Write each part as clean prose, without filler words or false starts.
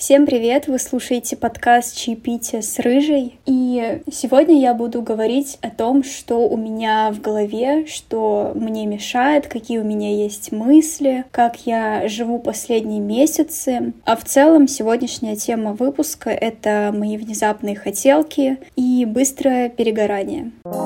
Всем привет! Вы слушаете подкаст «Чаепитие с Рыжей». И сегодня я буду говорить о том, что у меня в голове, что мне мешает, какие у меня есть мысли, как я живу последние месяцы. А в целом сегодняшняя тема выпуска — это мои внезапные хотелки и быстрое перегорание.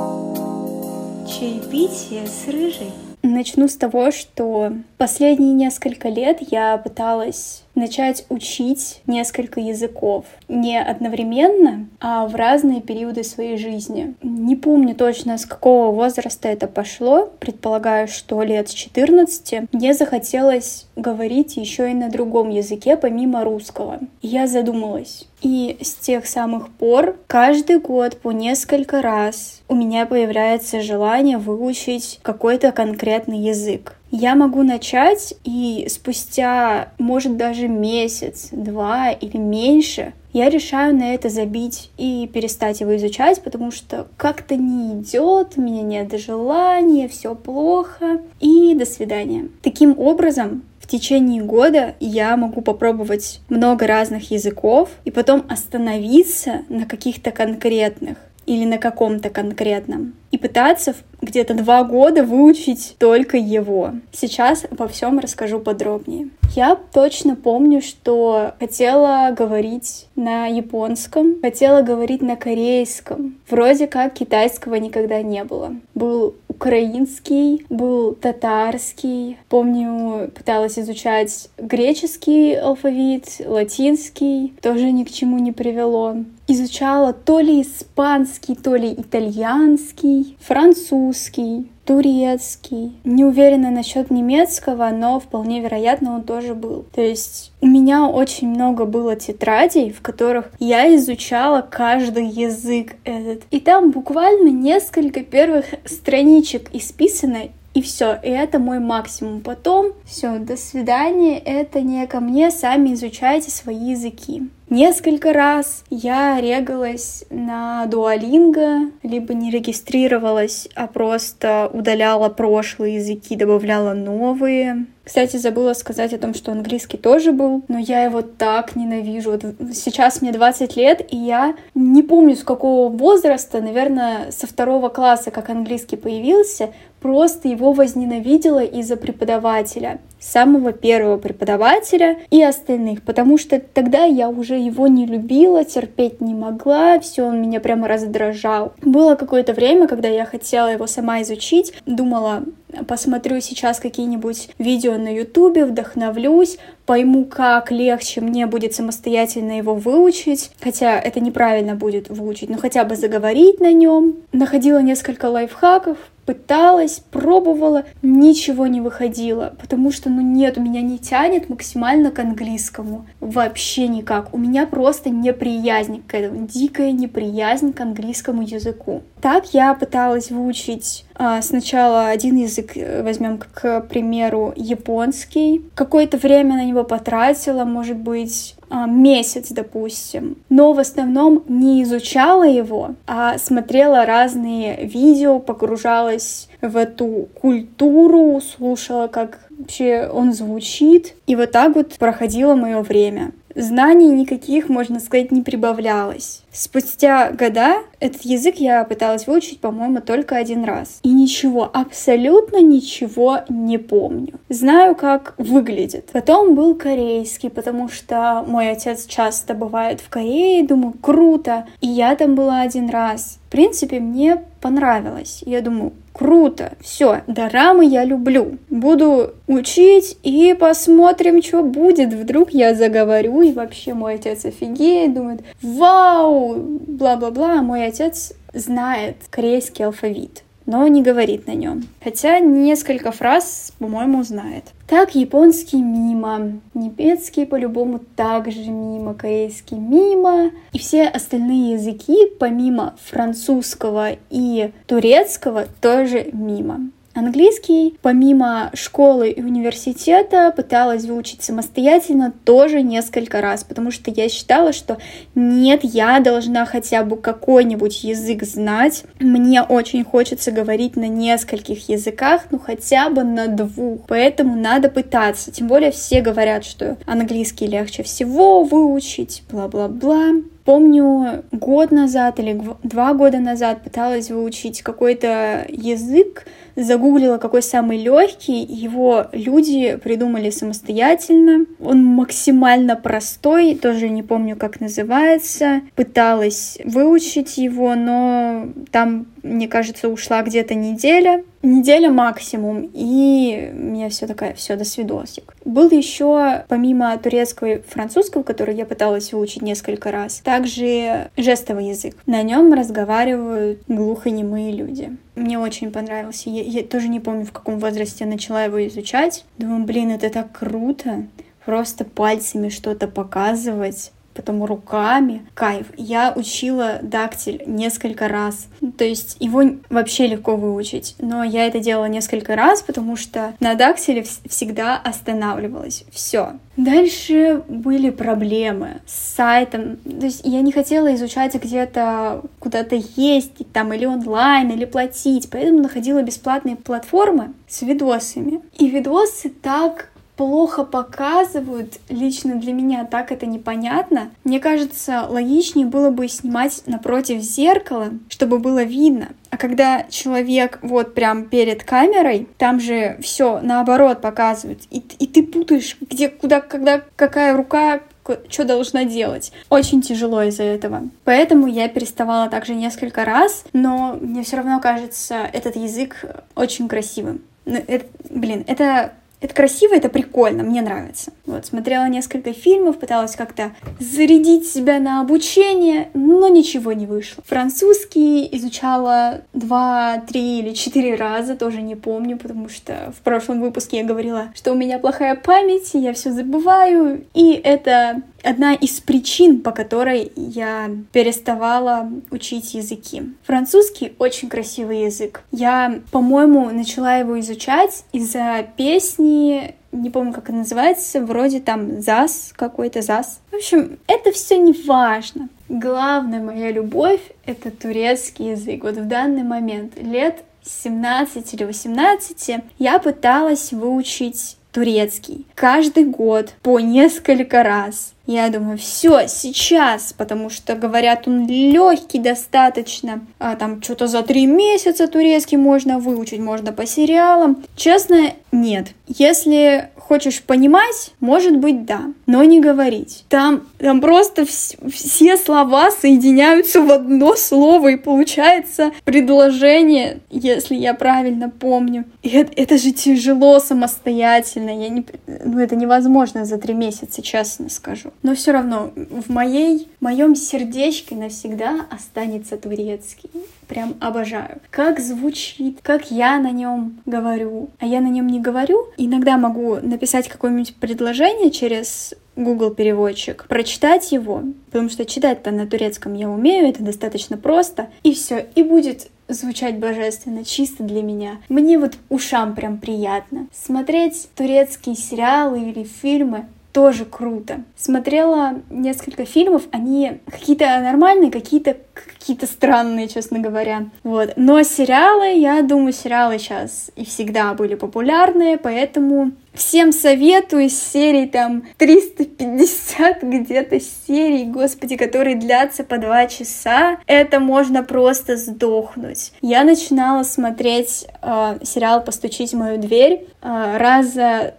Чаепитие с Рыжей. Начну с того, что последние несколько лет я пыталась начать учить несколько языков. Не одновременно, а в разные периоды своей жизни. Не помню точно, с какого возраста это пошло. Предполагаю, что лет с 14. Мне захотелось говорить еще и на другом языке, помимо русского. Я задумалась. И с тех самых пор каждый год по несколько раз у меня появляется желание выучить какой-то конкретный язык. Я могу начать, и спустя, может, даже месяц, два или меньше, я решаю на это забить и перестать его изучать, потому что как-то не идет, у меня нет желания, все плохо, и до свидания. Таким образом, в течение года я могу попробовать много разных языков и потом остановиться на каких-то конкретных или на каком-то конкретном. И пытаться где-то 2 года выучить только его. Сейчас обо всем расскажу подробнее. Я точно помню, что хотела говорить на японском, хотела говорить на корейском. Вроде как китайского никогда не было. Был украинский, был татарский. Помню, пыталась изучать греческий алфавит, латинский. Тоже ни к чему не привело. Изучала то ли испанский, то ли итальянский, французский, турецкий. Не уверена насчет немецкого, но вполне вероятно он тоже был. То есть у меня очень много было тетрадей, в которых я изучала каждый язык этот. И там буквально несколько первых страничек исписано, и все, и это мой максимум. Потом все, до свидания, это не ко мне, сами изучайте свои языки. Несколько раз я регалась на Duolingo, либо не регистрировалась, а просто удаляла прошлые языки, добавляла новые. Кстати, забыла сказать о том, что английский тоже был, но я его так ненавижу. Вот сейчас мне 20 лет, и я не помню, с какого возраста, наверное, со 2 класса, как английский появился, просто его возненавидела из-за преподавателя. Самого первого преподавателя и остальных, потому что тогда я уже его не любила, терпеть не могла, все, он меня прямо раздражал. Было какое-то время, когда я хотела его сама изучить, думала, посмотрю сейчас какие-нибудь видео на Ютубе, вдохновлюсь, пойму, как легче мне будет самостоятельно его выучить, хотя это неправильно будет выучить, но хотя бы заговорить на нем. Находила несколько лайфхаков, пыталась, пробовала, ничего не выходило, потому что, нет, у меня не тянет максимально к английскому, вообще никак. У меня просто неприязнь к этому, дикая неприязнь к английскому языку. Так я пыталась выучить сначала один язык, возьмем, к примеру, японский. Какое-то время на него потратила, может быть, месяц, допустим. Но в основном не изучала его, а смотрела разные видео, погружалась в эту культуру, слушала, как вообще он звучит. И вот так вот проходило мое время. Знаний никаких, можно сказать, не прибавлялось. Спустя года этот язык я пыталась выучить, по-моему, только 1 раз. И ничего, абсолютно ничего не помню. Знаю, как выглядит. Потом был корейский, потому что мой отец часто бывает в Корее. Думаю, круто. И я там была 1 раз. В принципе, мне понравилось. Я думаю, круто, все, дорамы я люблю. Буду учить и посмотрим, что будет. Вдруг я заговорю, и вообще мой отец офигеет, думает, вау, бла-бла-бла. Мой отец знает корейский алфавит, но не говорит на нем. Хотя несколько фраз, по-моему, знает. Так, японский мимо, немецкий по-любому также мимо, корейский мимо. И все остальные языки, помимо французского и турецкого, тоже мимо. Английский, помимо школы и университета, пыталась выучить самостоятельно тоже несколько раз, потому что я считала, что нет, я должна хотя бы какой-нибудь язык знать. Мне очень хочется говорить на нескольких языках, ну хотя бы на 2, поэтому надо пытаться. Тем более все говорят, что английский легче всего выучить, бла-бла-бла. Помню, год назад или 2 года назад пыталась выучить какой-то язык, загуглила, какой самый легкий, его люди придумали самостоятельно. Он максимально простой, тоже не помню, как называется. Пыталась выучить его, но там, мне кажется, ушла где-то неделя максимум, и у меня все до свидосик. Был еще, помимо турецкого и французского, который я пыталась выучить несколько раз, также жестовый язык. На нем разговаривают глухонемые люди. Мне очень понравился. Я тоже не помню, в каком возрасте я начала его изучать. Думаю, это так круто. Просто пальцами что-то показывать, потом руками. Кайф. Я учила дактиль несколько раз. То есть его вообще легко выучить. Но я это делала несколько раз, потому что на дактиле всегда останавливалась. Все. Дальше были проблемы с сайтом. То есть я не хотела изучать где-то куда-то ездить там или онлайн, или платить. Поэтому находила бесплатные платформы с видосами. И видосы так плохо показывают, лично для меня так это непонятно. Мне кажется, логичнее было бы снимать напротив зеркала, чтобы было видно. А когда человек вот прям перед камерой, там же все наоборот показывают, и ты путаешь, где, куда, когда, какая рука, что должна делать. Очень тяжело из-за этого. Поэтому я переставала также несколько раз, но мне все равно кажется этот язык очень красивым. Это красиво, это прикольно, мне нравится. Вот, смотрела несколько фильмов, пыталась как-то зарядить себя на обучение, но ничего не вышло. Французский изучала 2, 3 или 4 раза, тоже не помню, потому что в прошлом выпуске я говорила, что у меня плохая память, я все забываю, и это одна из причин, по которой я переставала учить языки. Французский очень красивый язык. Я, по-моему, начала его изучать из-за песни, не помню, как она называется, вроде там «Зас», какой-то «Зас». В общем, это все не важно. Главная моя любовь — это турецкий язык. Вот в данный момент, лет 17 или 18, я пыталась выучить турецкий. Каждый год по несколько раз. Я думаю, все, сейчас, потому что, говорят, он легкий достаточно, там что-то за 3 месяца турецкий можно выучить, можно по сериалам. Честно, нет. Если хочешь понимать, может быть, да, но не говорить. Там просто все слова соединяются в одно слово, и получается предложение, если я правильно помню. И это же тяжело самостоятельно. Это невозможно за 3 месяца, честно скажу. Но все равно в моем сердечке навсегда останется турецкий. Прям обожаю. Как звучит, как я на нем говорю. А я на нем не говорю. Иногда могу написать какое-нибудь предложение через Google переводчик, прочитать его, потому что читать-то на турецком я умею, это достаточно просто. И все, и будет звучать божественно, чисто для меня. Мне вот ушам прям приятно. Смотреть турецкие сериалы или фильмы тоже круто. Смотрела несколько фильмов, они какие-то нормальные, какие-то странные, честно говоря. Вот. Но сериалы, я думаю, сериалы сейчас и всегда были популярны, поэтому всем советую из серии там 350 где-то серий, господи, которые длятся по 2 часа. Это можно просто сдохнуть. Я начинала смотреть сериал «Постучите в мою дверь» раза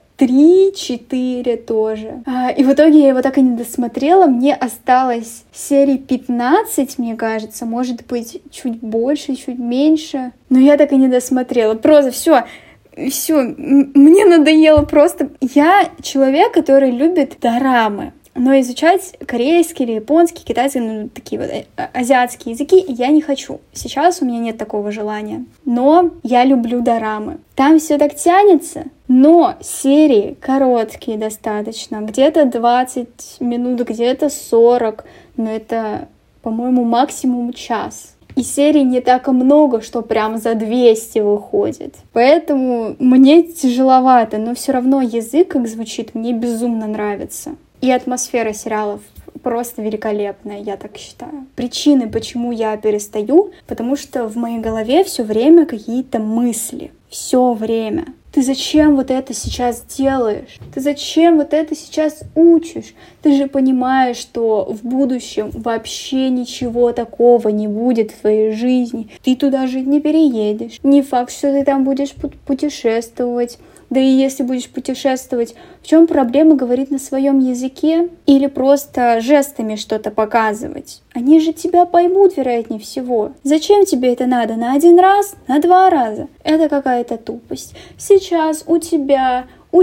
3-4 тоже. И в итоге я его так и не досмотрела. Мне осталось серий 15, мне кажется. Может быть, чуть больше, чуть меньше. Но я так и не досмотрела. Просто все, мне надоело просто. Я человек, который любит дорамы. Но изучать корейский или японский, китайский, такие вот азиатские языки я не хочу. Сейчас у меня нет такого желания. Но я люблю дорамы. Там все так тянется, но серии короткие достаточно. Где-то 20 минут, где-то 40. Но это, по-моему, максимум час. И серий не так и много, что прям за 200 выходит. Поэтому мне тяжеловато, но все равно язык, как звучит, мне безумно нравится. И атмосфера сериалов просто великолепная, я так считаю. Причины, почему я перестаю, потому что в моей голове все время какие-то мысли. Все время. Ты зачем вот это сейчас делаешь? Ты зачем вот это сейчас учишь? Ты же понимаешь, что в будущем вообще ничего такого не будет в твоей жизни. Ты туда жить не переедешь. Не факт, что ты там будешь путешествовать. Да и если будешь путешествовать, в чем проблема говорить на своем языке или просто жестами что-то показывать? Они же тебя поймут, вероятнее всего. Зачем тебе это надо? На 1 раз? На 2 раза? Это какая-то тупость. Сейчас у тебя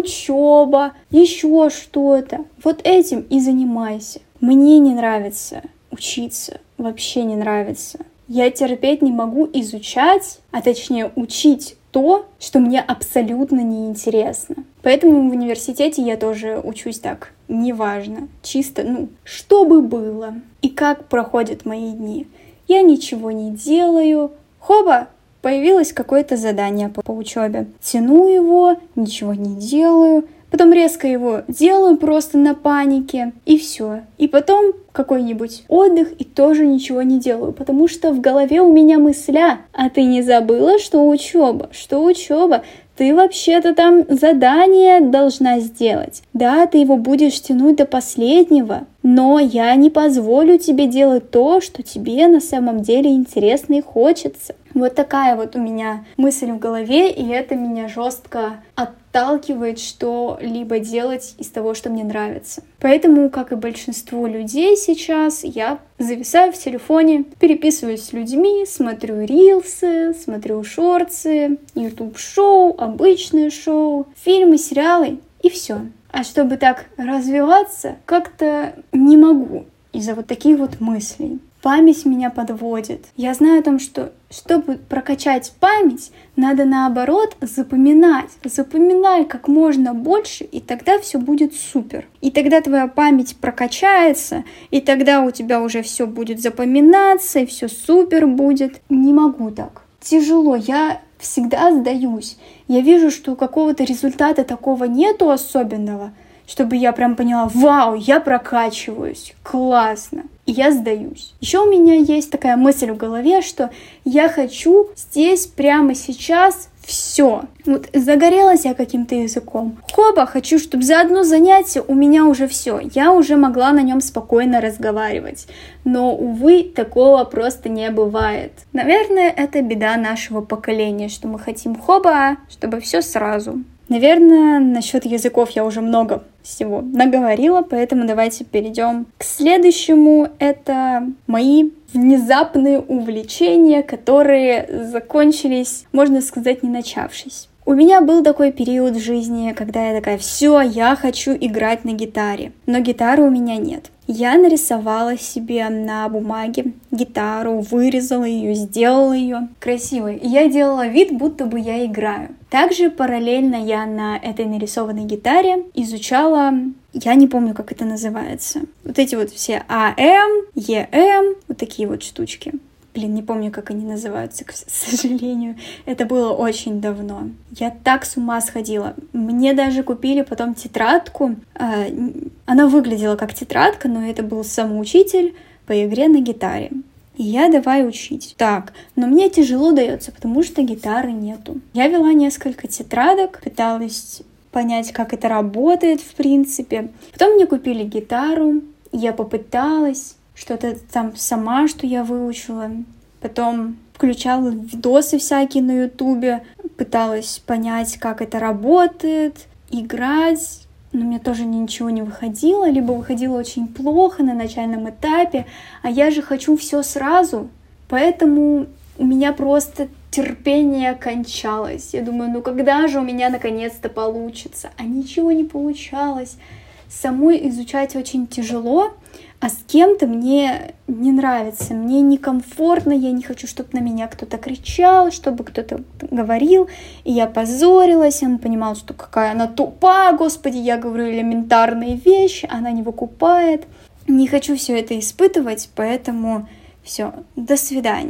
учеба, еще что-то. Вот этим и занимайся. Мне не нравится учиться. Вообще не нравится. Я терпеть не могу изучать, а точнее учить то, что мне абсолютно неинтересно. Поэтому в университете я тоже учусь так, неважно, чисто, что бы было. И как проходят мои дни. Я ничего не делаю. Хоба, появилось какое-то задание по учебе. Тяну его, ничего не делаю. Потом резко его делаю просто на панике, и все. И потом какой-нибудь отдых, и тоже ничего не делаю, потому что в голове у меня мысля. А ты не забыла, что учеба? Что учеба? Ты вообще-то там задание должна сделать. Да, ты его будешь тянуть до последнего, но я не позволю тебе делать то, что тебе на самом деле интересно и хочется. Вот такая вот у меня мысль в голове, и это меня жестко отталкивает что-либо делать из того, что мне нравится. Поэтому, как и большинство людей сейчас, я зависаю в телефоне, переписываюсь с людьми, смотрю рилсы, смотрю шортсы, YouTube-шоу, обычные шоу, фильмы, сериалы и все. А чтобы так развиваться, как-то не могу из-за вот таких вот мыслей. Память меня подводит. Я знаю о том, что чтобы прокачать память, надо наоборот запоминать. Запоминай как можно больше, и тогда все будет супер. И тогда твоя память прокачается, и тогда у тебя уже все будет запоминаться, и все супер будет. Не могу так. Тяжело, я всегда сдаюсь. Я вижу, что какого-то результата такого нету особенного, чтобы я прям поняла: вау, я прокачиваюсь, классно. И я сдаюсь. Еще у меня есть такая мысль в голове, что я хочу здесь, прямо сейчас, все. Вот загорелась я каким-то языком. Хоба, хочу, чтобы за одно занятие у меня уже все. Я уже могла на нем спокойно разговаривать. Но, увы, такого просто не бывает. Наверное, это беда нашего поколения, что мы хотим хоба, чтобы все сразу. Наверное, насчет языков я уже много всего наговорила, поэтому давайте перейдем к следующему. Это мои внезапные увлечения, которые закончились, можно сказать, не начавшись. У меня был такой период в жизни, когда я такая: все, я хочу играть на гитаре, но гитары у меня нет. Я нарисовала себе на бумаге гитару, вырезала ее, сделала ее красивой. И я делала вид, будто бы я играю. Также параллельно я на этой нарисованной гитаре изучала, я не помню, как это называется, вот эти вот все АМ, ЕМ, вот такие вот штучки. Не помню, как они называются, к сожалению. Это было очень давно. Я так с ума сходила. Мне даже купили потом тетрадку. Она выглядела как тетрадка, но это был самоучитель по игре на гитаре. И я давай учить. Так, но мне тяжело дается, потому что гитары нету. Я вела несколько тетрадок, пыталась понять, как это работает в принципе. Потом мне купили гитару, я попыталась что-то там сама, что я выучила. Потом включала видосы всякие на ютубе, пыталась понять, как это работает, играть. Но мне тоже ничего не выходило, либо выходило очень плохо на начальном этапе. А я же хочу все сразу, поэтому у меня просто терпение кончалось. Я думаю, когда же у меня наконец-то получится? А ничего не получалось. Самой изучать очень тяжело, а с кем-то мне не нравится, мне некомфортно, я не хочу, чтобы на меня кто-то кричал, чтобы кто-то говорил, и я позорилась, он понимал, что какая она тупа, господи, я говорю элементарные вещи, она не выкупает. Не хочу все это испытывать, поэтому все, до свидания.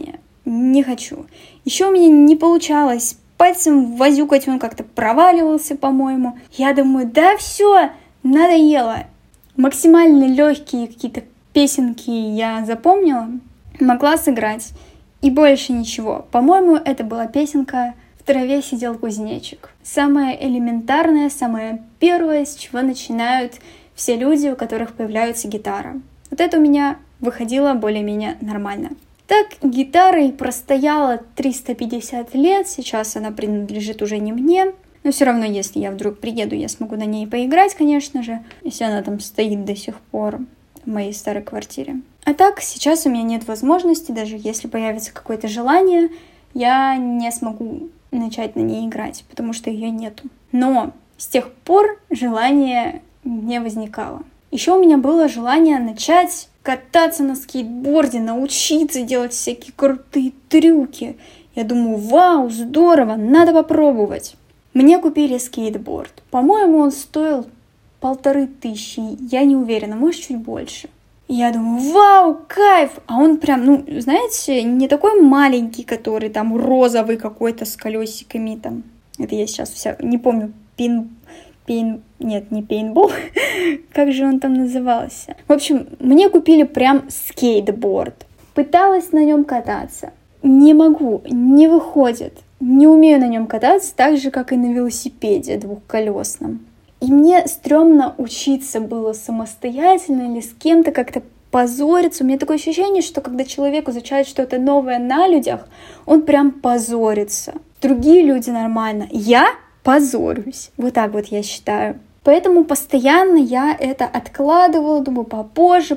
не хочу. Еще у меня не получалось пальцем возюкать, он как-то проваливался, по-моему. Я думаю, да все, надоело. Максимально легкие какие-то песенки я запомнила, могла сыграть. И больше ничего. По-моему, это была песенка «В траве сидел кузнечик». Самое элементарное, самое первое, с чего начинают все люди, у которых появляется гитара. Вот это у меня выходило более-менее нормально. Так гитара и простояла 350 лет, сейчас она принадлежит уже не мне. Но все равно, если я вдруг приеду, я смогу на ней поиграть, конечно же, если она там стоит до сих пор в моей старой квартире. А так, сейчас у меня нет возможности, даже если появится какое-то желание, я не смогу начать на ней играть, потому что ее нету. Но с тех пор желание не возникало. Еще у меня было желание начать кататься на скейтборде, научиться делать всякие крутые трюки. Я думаю, вау, здорово, надо попробовать. Мне купили скейтборд. По-моему, он стоил 1500, я не уверена, может, чуть больше. Я думаю, вау, кайф! А он прям, знаете, не такой маленький, который там розовый какой-то с колесиками там. Это я сейчас вся, не помню, нет, не пейнтбол. Как же он там назывался? В общем, мне купили прям скейтборд. Пыталась на нем кататься. Не могу, не выходит. Не умею на нем кататься так же, как и на велосипеде двухколесном. И мне стрёмно учиться было самостоятельно или с кем-то как-то позориться. У меня такое ощущение, что когда человек изучает что-то новое на людях, он прям позорится. Другие люди нормально. Я позорюсь. Вот так вот я считаю. Поэтому постоянно я это откладывала, думаю, попозже.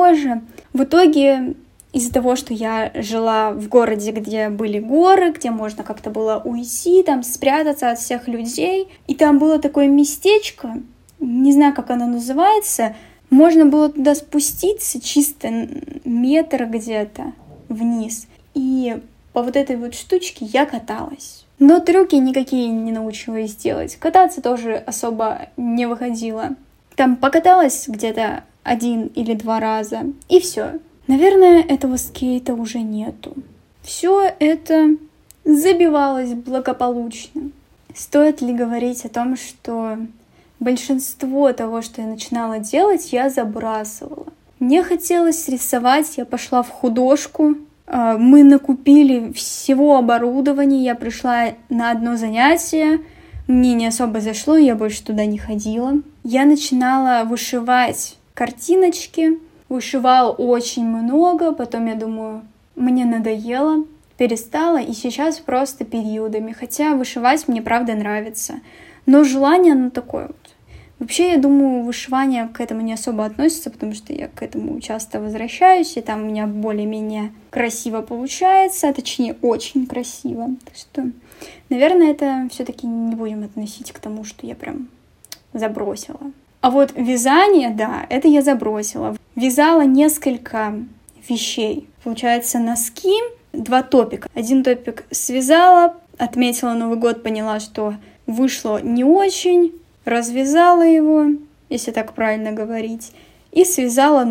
В итоге, из-за того, что я жила в городе, где были горы, где можно как-то было уйти, там спрятаться от всех людей, и там было такое местечко, не знаю, как оно называется, можно было туда спуститься чисто метр где-то вниз, и по вот этой вот штучке я каталась. Но трюки никакие не научилась делать. Кататься тоже особо не выходило. Там покаталась где-то 1 или 2 раза, и все. Наверное, этого скейта уже нету. Все это забивалось благополучно. Стоит ли говорить о том, что большинство того, что я начинала делать, я забрасывала. Мне хотелось рисовать, я пошла в художку. Мы накупили всего оборудования, я пришла на одно занятие, мне не особо зашло, я больше туда не ходила. Я начинала вышивать картиночки, вышивала очень много, потом я думаю, мне надоело, перестала, и сейчас просто периодами, хотя вышивать мне правда нравится, но желание оно такое вот. Вообще, я думаю, вышивание к этому не особо относится, потому что я к этому часто возвращаюсь, и там у меня более-менее красиво получается, а точнее, очень красиво. Так что, наверное, это все-таки не будем относить к тому, что я прям забросила. А вот вязание, да, это я забросила. Вязала несколько вещей. Получается, носки, 2 топика. 1 топик связала, отметила Новый год, поняла, что вышло не очень, развязала его, если так правильно говорить, и связала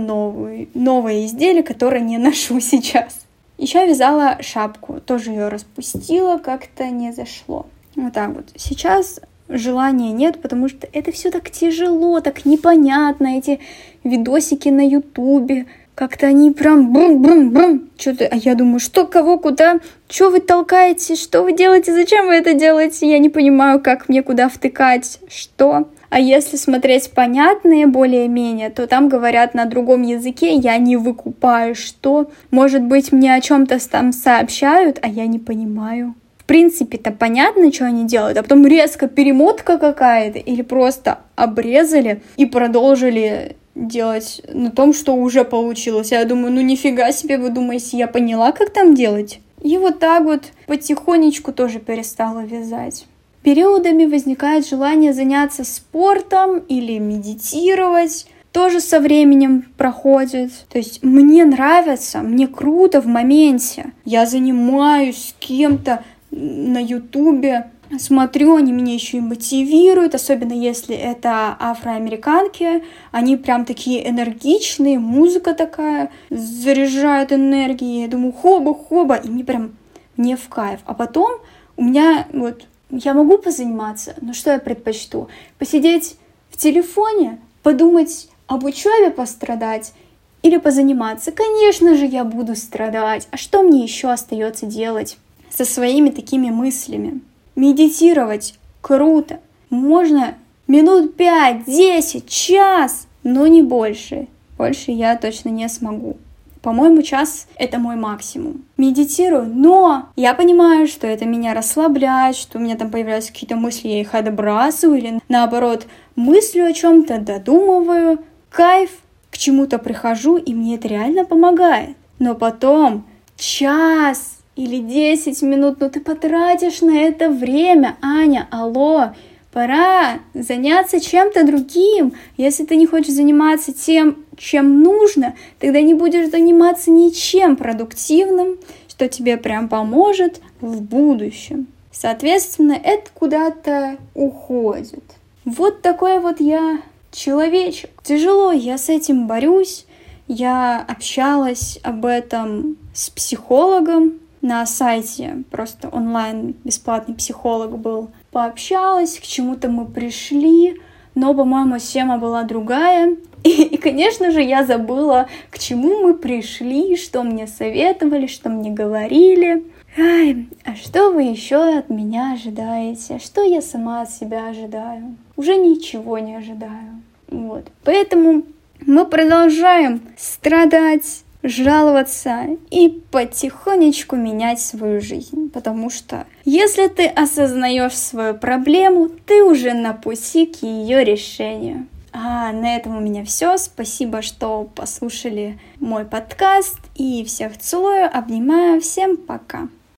новое изделие, которое не ношу сейчас. Еще вязала шапку, тоже ее распустила, как-то не зашло. Вот так вот. Сейчас желания нет, потому что это все так тяжело, так непонятно, эти видосики на Ютубе, как-то они прям брум-брум-брум, что-то, а я думаю, что, кого, куда, что вы толкаете, что вы делаете, зачем вы это делаете, я не понимаю, как мне куда втыкать, что. А если смотреть понятные более-менее, то там говорят на другом языке, я не выкупаю, что. Может быть, мне о чем-то там сообщают, а я не понимаю. В принципе-то понятно, что они делают, а потом резко перемотка какая-то, или просто обрезали и продолжили делать на том, что уже получилось. Я думаю, нифига себе, вы думаете, я поняла, как там делать? И вот так вот потихонечку тоже перестала вязать. Периодами возникает желание заняться спортом или медитировать. Тоже со временем проходит. То есть мне нравится, мне круто в моменте. Я занимаюсь с кем-то на Ютубе, смотрю, они меня еще и мотивируют, особенно если это афроамериканки. Они прям такие энергичные, музыка такая заряжает энергией. Я думаю, хоба-хоба, и мне в кайф. А потом у меня я могу позаниматься, но что я предпочту? Посидеть в телефоне, подумать об учебе, пострадать или позаниматься? Конечно же, я буду страдать. А что мне еще остается делать со своими такими мыслями? Медитировать круто. Можно минут 5, 10, час, но не больше. Больше я точно не смогу. По-моему, час — это мой максимум. Медитирую, но я понимаю, что это меня расслабляет, что у меня там появляются какие-то мысли, я их отбрасываю, или наоборот, мыслю о чем-то, додумываю, кайф, к чему-то прихожу, и мне это реально помогает. Но потом час или 10 минут, ты потратишь на это время. Аня, алло, пора заняться чем-то другим. Если ты не хочешь заниматься тем, чем нужно, тогда не будешь заниматься ничем продуктивным, что тебе прям поможет в будущем. Соответственно, это куда-то уходит. Вот такой я человечек. Тяжело, я с этим борюсь. Я общалась об этом с психологом на сайте, просто онлайн бесплатный психолог был. Пообщалась, к чему-то мы пришли, но, по-моему, тема была другая. И, конечно же, я забыла, к чему мы пришли, что мне советовали, что мне говорили. А что вы еще от меня ожидаете? Что я сама от себя ожидаю? Уже ничего не ожидаю. Поэтому мы продолжаем страдать, жаловаться и потихонечку менять свою жизнь. Потому что если ты осознаешь свою проблему, ты уже на пути к ее решению. На этом у меня все. Спасибо, что послушали мой подкаст. И всех целую, обнимаю. Всем пока.